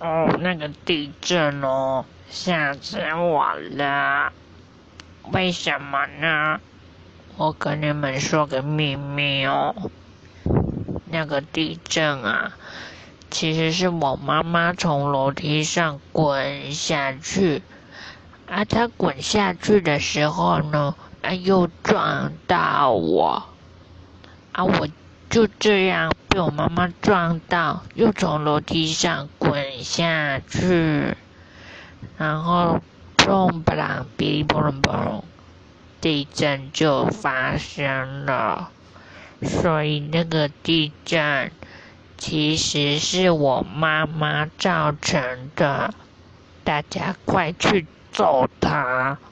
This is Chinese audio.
那个地震哦，吓死我了。为什么呢？我跟你们说个秘密哦，那个地震啊，其实是我妈妈从楼梯上滚下去，她滚下去的时候呢，又撞到我，我就这样被我妈妈撞到，又从楼梯上滚下去，然后砰吧啷哔哩砰啷砰，地震就发生了。所以那个地震其实是我妈妈造成的，大家快去揍她！